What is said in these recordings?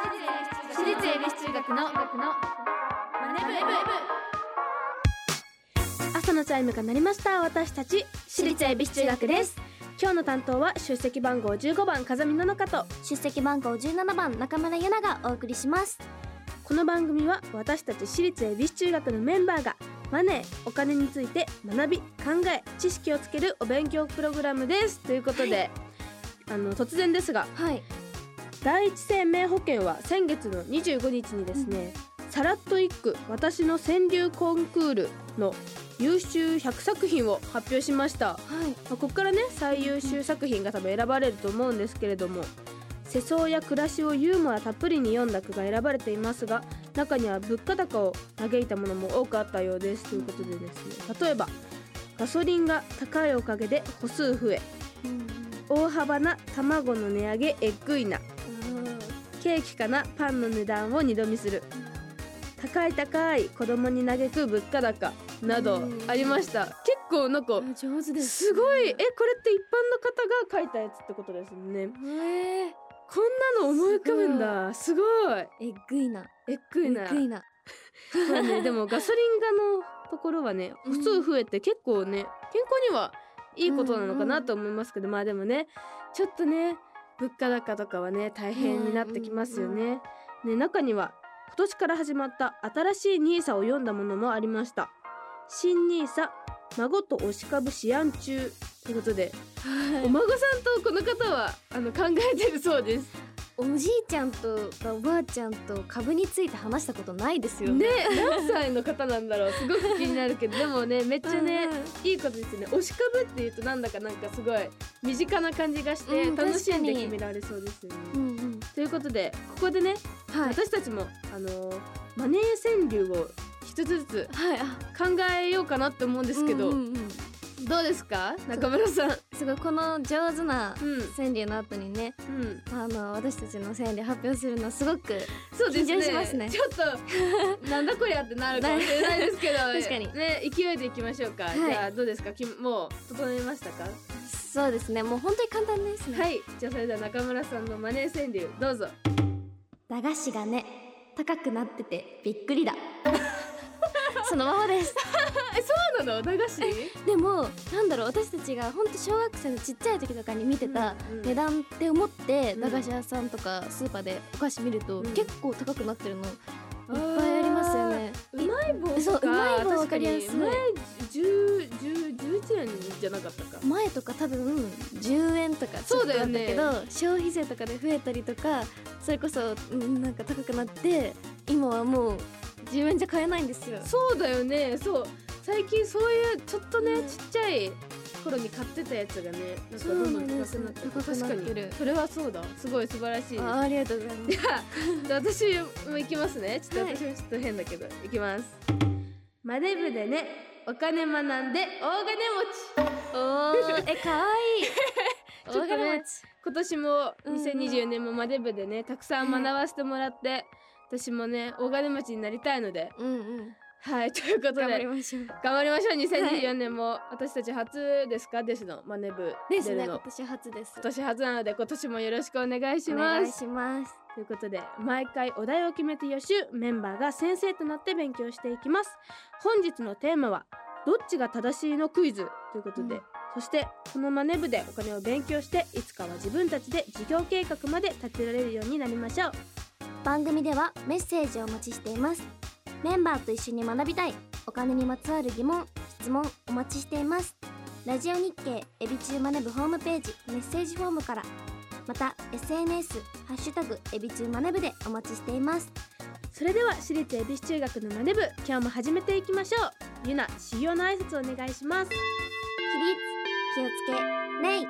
私立恵比寿中学のマネブ。 朝のチャイムが鳴りました。私たち私立恵比寿中学です。今日の担当は出席番号15番風見ののかと出席番号17番中村ゆながお送りします。 この番組は私たち私立恵比寿中学のメンバーがマネー、お金について学び、考え、知識をつけるお勉強プログラムです。ということで、突然ですが、第一生命保険は先月の25日にですね、さらっと一句私の川柳コンクールの優秀100作品を発表しました。ここからね最優秀作品が多分選ばれると思うんですけれども、世相や暮らしをユーモアたっぷりに読んだ句が選ばれていますが、中には物価高を嘆いたものも多くあったようです。ということでですね、例えばガソリンが高いおかげで歩数増え、大幅な卵の値上げえっぐいな、ケーキかなパンの値段を二度見する、高い子供に嘆く物価高などありました。結構なんか上手です、 すごい。これって一般の方が書いたやつってことですね。こんなの思い浮かぶんだ。すごい。 えっぐいな。 まあね、でもガソリンがのところはね、歩数増えて結構ね健康にはいいことなのかなと思いますけど、まあでもねちょっとね物価高とかはね大変になってきますよね。中には今年から始まった新しいニーサを読んだものもありました。新ニーサ孫と推し株試案中ということで、お孫さんとこの方は考えてるそうです。 おじいちゃんとおばあちゃんと株について話したことないですよね。 何歳の方なんだろう、すごく気になるけどでもねめっちゃね、いいことですね。推し株っていうとなんかすごい身近な感じがして楽しんで決められそうですよね。ということでここでね、私たちもマネー川柳を一つずつ考えようかなって思うんですけど、どうですか中村さん。 すごいこの上手な川柳の後にね、私たちの川柳発表するのすごく緊張しますね。 ちょっとなんだこりゃってなるかもしれないですけど確かにね、勢いでいきましょうか。じゃあどうですか、もう整えましたか？ そうですね、もう本当に簡単ですね。 はい、じゃあそれでは中村さんのマネー川柳どうぞ。 駄菓子がね高くなっててびっくりだそのままですそうなの？駄菓子？ でもなんだろう、私たちが本当小学生のちっちゃい時とかに見てた値段って思って駄菓子屋さんとかスーパーでお菓子見ると結構高くなってるのいっぱいありますよね。 うまい棒とか、 そう、うまい棒わかりやすい。 前11円じゃなかったか。 前とか多分10円とかちょっとだったけど、消費税とかで増えたりとか、それこそなんか高くなって今はもう10円じゃ買えないんですよ。 そうだよね。そう、最近そういうちょっとね、ちっちゃい頃に買ってたやつがね、なんかどんどん高くなってる。確かにそれはそうだ。すごい素晴らしいです。 ありがとうございます。 じゃあ私も行きますね。ちょっと私もちょっと変だけど、行きます。マネ部でね、お金学んで大金持ち。 おー、かわいいちょっとね、今年も2024年もマネ部でねたくさん学ばせてもらって、私もね大金持ちになりたいので、はい、ということで頑張りましょう。 2024年も私たち初ですか？ですのマネ部出るのですね。今年初です。 今年初なので今年もよろしくお願いします。 お願いします。 ということで毎回お題を決めて予習、メンバーが先生となって勉強していきます。本日のテーマはどっちが正しいのクイズということで、そしてこのマネ部でお金を勉強していつかは自分たちで事業計画まで立てられるようになりましょう。 番組ではメッセージをお待ちしています。メンバーと一緒に学びたいお金にまつわる疑問・質問お待ちしています。ラジオ日経エビチューマネ部ホームページメッセージフォームから、また SNS ハッシュタグエビチューマネ部でお待ちしています。 それでは私立恵比寿中学のマネ部、今日も始めていきましょう。ゆな、修行の挨拶お願いします。 起立、気をつけ、礼。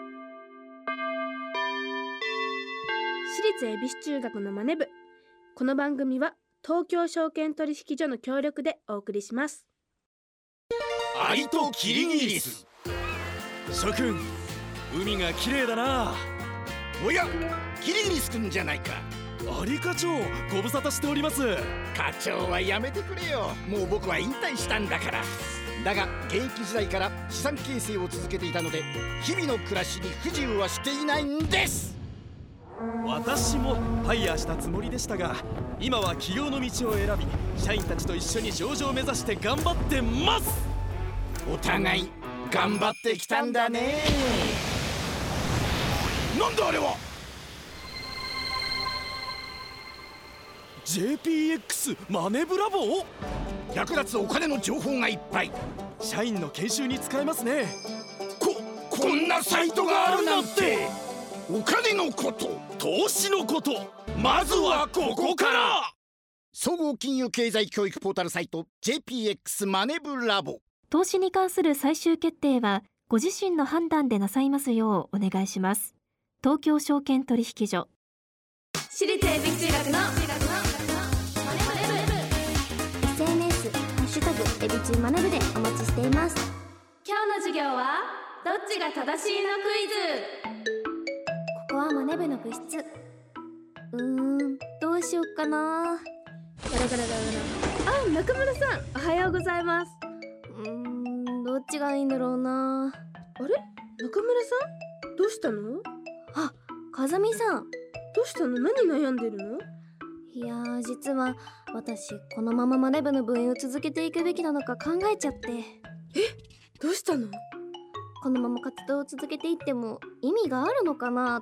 私立恵比寿中学のマネ部、この番組は東京証券取引所の協力でお送りします。 アリとキリギリス。諸君、海が綺麗だな。 おや、キリギリス君じゃないか。 アリ課長、ご無沙汰しております。 課長はやめてくれよ。もう僕は引退したんだから。だが現役時代から資産形成を続けていたので、日々の暮らしに不自由はしていないんです。 私もファイヤーしたつもりでしたが、今は起業の道を選び、社員たちと一緒に上場を目指して頑張ってます。 お互い頑張ってきたんだね。なんだあれは。 JPX マネブラボー。 役立つお金の情報がいっぱい。 社員の研修に使えますね。 こんなサイトがあるなんて。お金のこと、 投資のこと、まずはここから。 総合金融経済教育ポータルサイト JPX マネブラボ。 投資に関する最終決定はご自身の判断でなさいますようお願いします。東京証券取引所。 私立恵比寿中学の SNS ハッシュタグエビチューマネブでお待ちしています。 今日の授業はどっちが正しいのクイズ。 ここはマネブの部室。どうしよっかな。 ガラガラガラガラ。あ、中村さん、おはようございます。 どっちがいいんだろうな。 あれ、中村さん、どうしたの？ あ、風見さん。 どうしたの？何悩んでるの？ いやー、実は私このままマネ部の部員を続けていくべきなのか考えちゃって。 どうしたの？ このまま活動を続けていっても意味があるのかなって。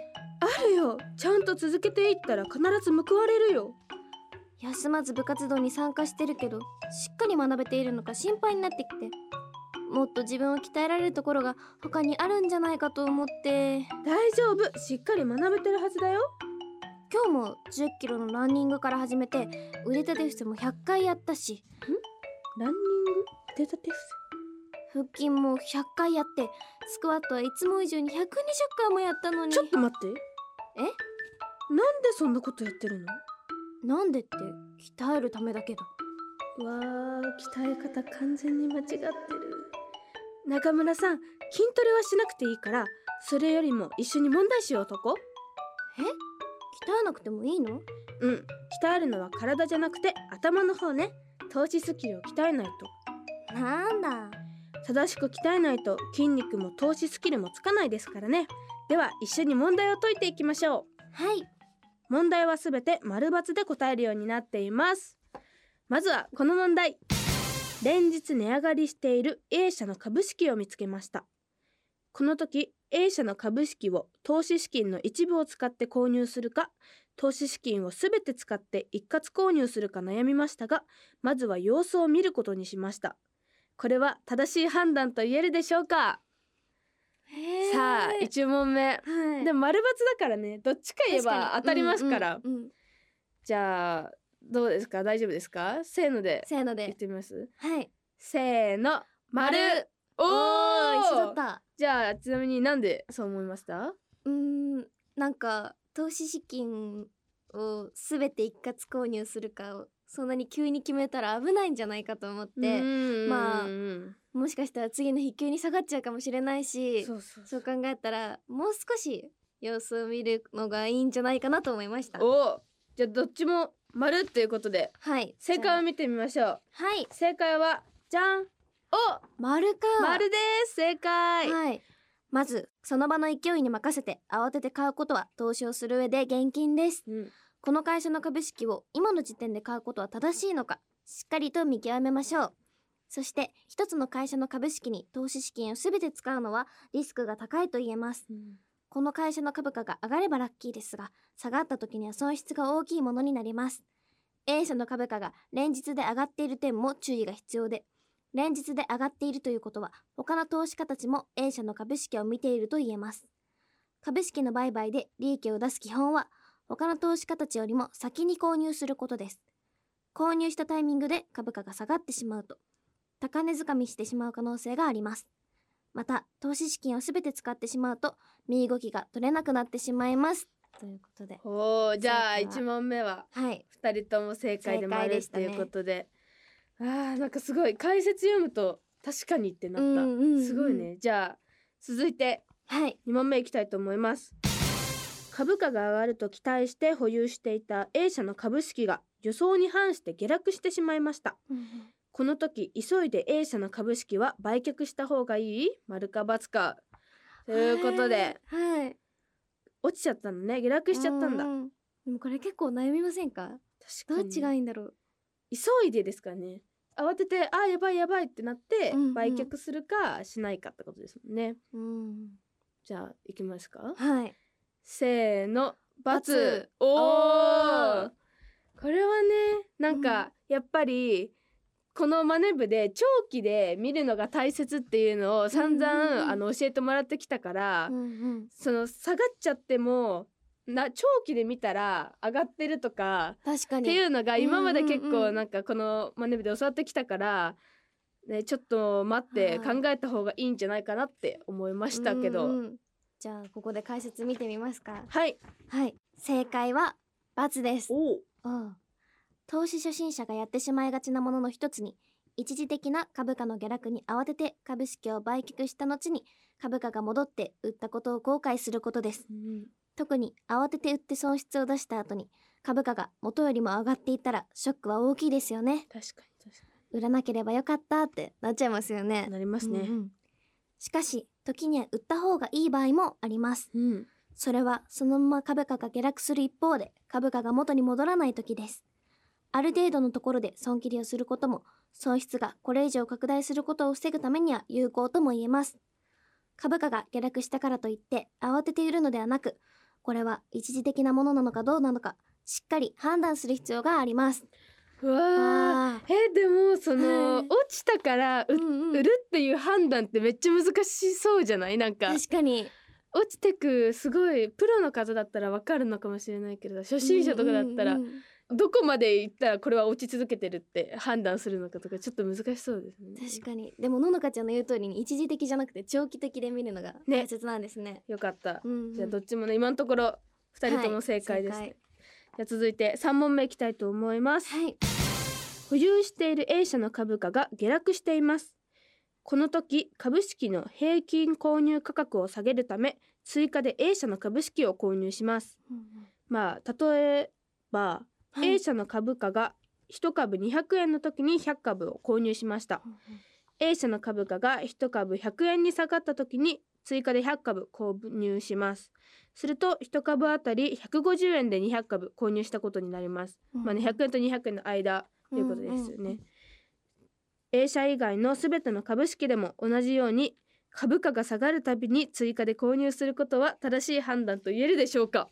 あるよ。ちゃんと続けていったら必ず報われるよ。 休まず部活動に参加してるけど、しっかり学べているのか心配になってきて、もっと自分を鍛えられるところが他にあるんじゃないかと思って。 大丈夫、しっかり学べてるはずだよ。 今日も10キロのランニングから始めて、腕立て伏せも100回やったし。 ランニング、腕立て伏腹筋も100回やって、スクワットはいつも以上に120回もやったのに。 せ。ちょっと待って。 え？ なんでそんなことやってるの？ なんでって、鍛えるためだけど。 わー、鍛え方完全に間違ってる。中村さん、筋トレはしなくていいから、それよりも一緒に問題集を解こう。 え？鍛えなくてもいいの？ うん、鍛えるのは体じゃなくて頭の方ね。投資スキルを鍛えないと。 なんだ。 正しく鍛えないと筋肉も投資スキルもつかないですからね。では一緒に問題を解いていきましょう。 はい。 問題はすべて丸×で答えるようになっています。まずはこの問題。連日値上がりしている A 社の株式を見つけました。この時 A 社の株式を投資資金の一部を使って購入するか、投資資金をすべて使って一括購入するか悩みましたが、まずは様子を見ることにしました。これは正しい判断と言えるでしょうか？さあ1問目、 はい。 でも丸×だからね、どっちか言えば当たりますから、 うんうんうん。 じゃあどうですか？大丈夫ですか？せーのでせーので。 言ってみます。 はい。 せーの、丸。お一緒だー。 った。 じゃあちなみになんでそう思いました？ なんか投資資金をすべて一括購入するかをそんなに急に決めたら危ないんじゃないかと思って、まあもしかしたら次の日急に下がっちゃうかもしれないし、そう考えたらもう少し様子を見るのがいいんじゃないかなと思いました。 お、じゃあどっちも丸っていうことで、 はい。 正解を見てみましょう。 はい。 正解はじゃん、 丸か。 丸です。正解。 はい。まずその場の勢いに任せて慌てて買うことは投資をする上で厳禁です。この会社の株式を今の時点で買うことは正しいのか、しっかりと見極めましょう。そして一つの会社の株式に投資資金をすべて使うのはリスクが高いと言えます。この会社の株価が上がればラッキーですが、下がった時には損失が大きいものになります。A 社の株価が連日で上がっている点も注意が必要で、連日で上がっているということは他の投資家たちも A 社の株式を見ていると言えます。株式の売買で利益を出す基本は他の投資家たちよりも先に購入することです。購入したタイミングで株価が下がってしまうと高値掴みしてしまう可能性があります。また投資資金をすべて使ってしまうと身動きが取れなくなってしまいます。ということで、 じゃあ1問目ははい、 2人とも正解で丸っていうことで、なんかすごい解説読むと確かにってなった、すごいね。じゃあ続いて2問目いきたいと思います。株価が上がると期待して保有していた A 社の株式が予想に反して下落してしまいました。この時急いで A 社の株式は売却した方がいい？丸か×かということで、 落ちちゃったのね、下落しちゃったんだ。 でもこれ結構悩みませんか？ 確かにどっちがいいんだろう。 急いでですからね。慌ててやばいやばいってなって、 うんうん売却するかしないかってことですもんね。じゃあ行きますか。 はい。 せーの、×。 × おー、 おこれはね、なんか、やっぱりこのマネ部で長期で見るのが大切っていうのを散々、 うんうんうん教えてもらってきたから、その下がっちゃっても長期で見たら上がってるとか確かにっていうのが今まで結うんうんうん構なんかこのマネ部で教わってきたから、ね、ちょっと待ってはい考えた方がいいんじゃないかなって思いましたけど、 うんうんじゃあここで解説見てみますか。 はい。 はい正解は×です。 お投資初心者がやってしまいがちなものの一つに、一時的な株価の下落に慌てて株式を売却した後に株価が戻って売ったことを後悔することです。特に慌てて売って損失を出した後に株価が元よりも上がっていたらショックは大きいですよね。 確かに売らなければよかったってなっちゃいますよね。 なりますね。 しかし時には売った方がいい場合もあります。それはそのまま株価が下落する一方で株価が元に戻らない時です。ある程度のところで損切りをすることも損失がこれ以上拡大することを防ぐためには有効とも言えます。株価が下落したからといって慌てて売るのではなく、これは一時的なものなのかどうなのかしっかり判断する必要があります。 うわー、でもその、 はい落ちたから売るっていう判断ってめっちゃ難しそうじゃない？なんか確かに落ちてくすごいプロの方だったらわかるのかもしれないけど、初心者とかだったら、どこまで行ったらこれは落ち続けてるって判断するのかとかちょっと難しそうですね。 確かに。でもののかちゃんの言う通りに一時的じゃなくて長期的で見るのが大切なんですね。 よかった、 うんうんじゃあどっちもね今のところ2人とも正解です、 はいじゃあ続いて3問目いきたいと思います、 はい。 保有している A 社の株価が下落しています。この時株式の平均購入価格を下げるため追加で A 社の株式を購入します。まあ例えば、 はい A 社の株価が1株200円の時に100株を購入しました。A 社の株価が1株100円に下がった時に追加で100株購入します。すると1株あたり150円で200株購入したことになります。まあね、100円と200円の間ということですよね。A 社以外のすべての株式でも同じように株価が下がるたびに追加で購入することは正しい判断と言えるでしょうか？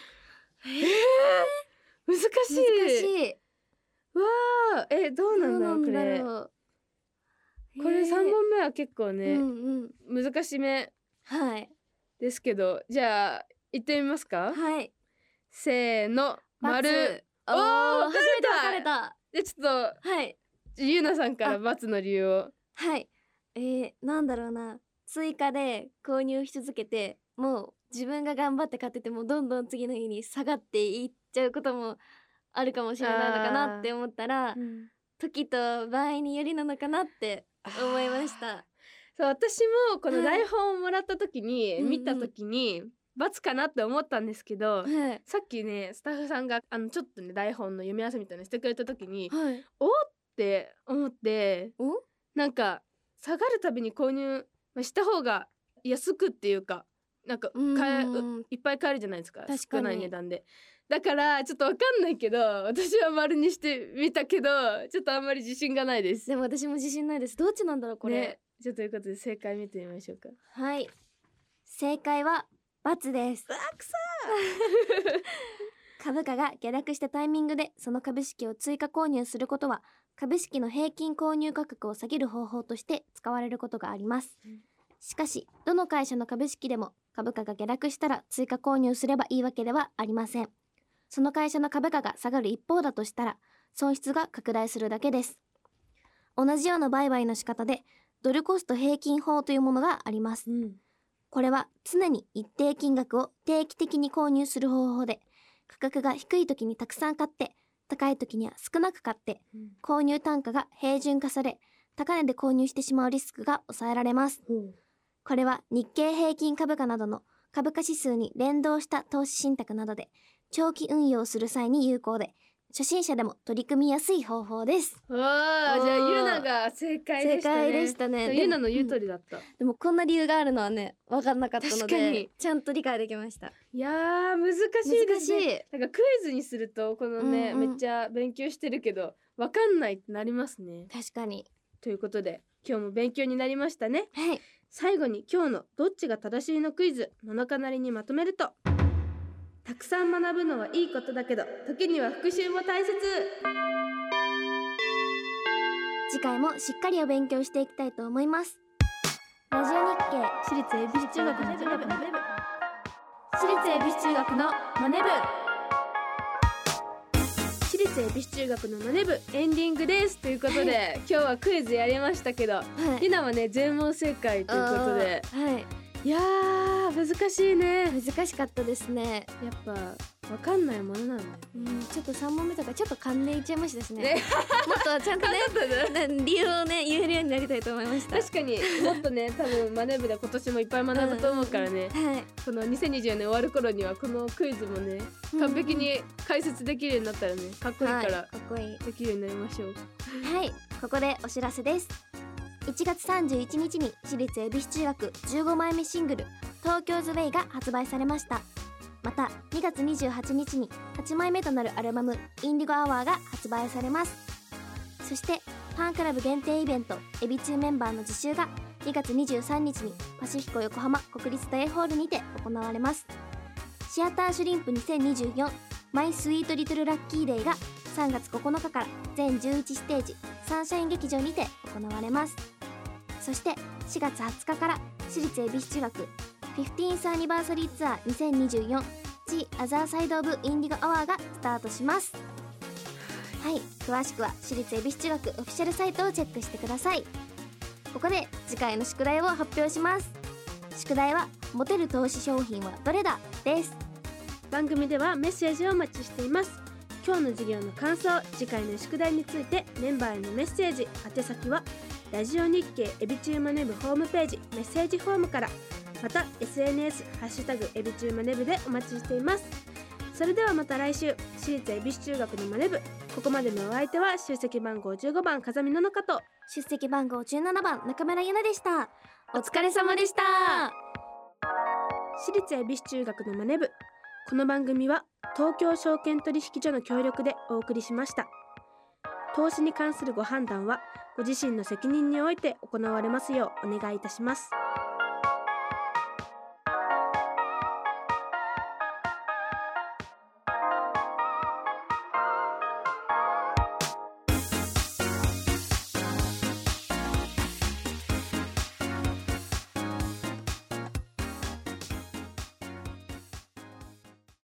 難しい。 難しい。 わあ、どうなんだろうこれ。これ3問目は結構ね、難しめはいですけど、じゃあ行ってみますか。 はいせーの、丸。 おー初めて分かれれた。 じゃあちょっはいとゆうなさんから×の理由を。 はいなんだろうな、追加で購入し続けてもう自分が頑張って買っててもどんどん次の日に下がっていっちゃうこともあるかもしれないのかなって思ったら、時と場合によりなのかなって思いました。 そう、私もこの台本をもらった時に、 はい見た時に×かなって思ったんですけど、 はいさっきねスタッフさんがちょっとね台本の読み合わせみたいなのしてくれた時に、 はいって思って、 おなんか下がるたびに購入した方が安くっていうか、なんかいっぱい買えるじゃないですか、 確かに少ない値段で。だからちょっとわかんないけど私は丸にしてみたけどちょっとあんまり自信がないです。 でも私も自信ないです。どっちなんだろうこれ、 ね、じゃあということで正解見てみましょうか。 はい正解は×です。株価が下落したタイミングでその株式を追加購入することは株式の平均購入価格を下げる方法として使われることがあります。しかしどの会社の株式でも株価が下落したら追加購入すればいいわけではありません。その会社の株価が下がる一方だとしたら損失が拡大するだけです。同じような売買の仕方でドルコスト平均法というものがあります。これは常に一定金額を定期的に購入する方法で、価格が低い時にたくさん買って高い時には少なく買って、購入単価が平準化され高値で購入してしまうリスクが抑えられます。これは日経平均株価などの株価指数に連動した投資信託などで長期運用する際に有効で、 初心者でも取り組みやすい方法です。 わあ、じゃあゆなが正解でしたね。 正解でしたね。 ゆなの言う通りだった。 でもこんな理由があるのはね分かんなかったの確かでにちゃんと理解できました。 いやー難しいですね。 難しい。 なんかクイズにするとこのね、めっちゃ勉強してるけどわかんないってなりますね。 確かに。 ということで今日も勉強になりましたね。 はい。 最後に今日のどっちが正しいのクイズの中なりにまとめると、たくさん学ぶのはいいことだけど時には復習も大切。 次回もしっかりお勉強していきたいと思います。ラジオ日経私立恵比寿中学のマネ部、 私立恵比寿中学のマネ部。 私立恵比寿中学のマネ部エンディングですということで今日はクイズやりましたけど、 はいりなはね全問正解ということで、 はいいやー難しいね。 難しかったですね。 やっぱわかんないものなんだよ。 ちょっと3問目とかちょっと噛んでいっちゃいましたしね。 ねもっとちゃんとね理由をね言えるようになりたいと思いました。 確かにもっとね多分マネ部で今年もいっぱい学ぶと思うからね、 はい。 この2024年終わる頃にはこのクイズもね完璧に解説できるようになったらねかっこいいかはい、 らかっこいい。 できるようになりましょう。 はい、ここでお知らせです。1月31日に私立恵比寿中学15枚目シングル東京ズウェイが発売されました。また2月28日に8枚目となるアルバムインディゴアワーが発売されます。そしてファンクラブ限定イベントエビ中メンバーの自習が2月23日にパシフィコ横浜国立大ホールにて行われます。シアターシュリンプ2024マイスイートリトルラッキーデイが3月9日から全11ステージサンシャイン劇場にて行われます。そして4月20日から私立恵比寿中学 15th アニバーサリーツアー2024 The Other Side of Indigo Hour がスタートします。はい、詳しくは私立恵比寿中学オフィシャルサイトをチェックしてください。ここで次回の宿題を発表します。宿題はモテる投資商品はどれだです。 番組ではメッセージをお待ちしています。今日の授業の感想、次回の宿題についてメンバーへのメッセージ、宛先はラジオ日経エビチューマネ部ホームページメッセージフォームから、また SNS ハッシュタグエビチューマネ部でお待ちしています。それではまた来週。私立恵比寿中学のマネ部、ここまでのお相手は出席番号15番風見ののかと出席番号17番中村ゆなでした。 お疲れ様でした。 私立恵比寿中学のマネ部、この番組は東京証券取引所の協力でお送りしました。投資に関するご判断はご自身の責任において行われますようお願いいたします。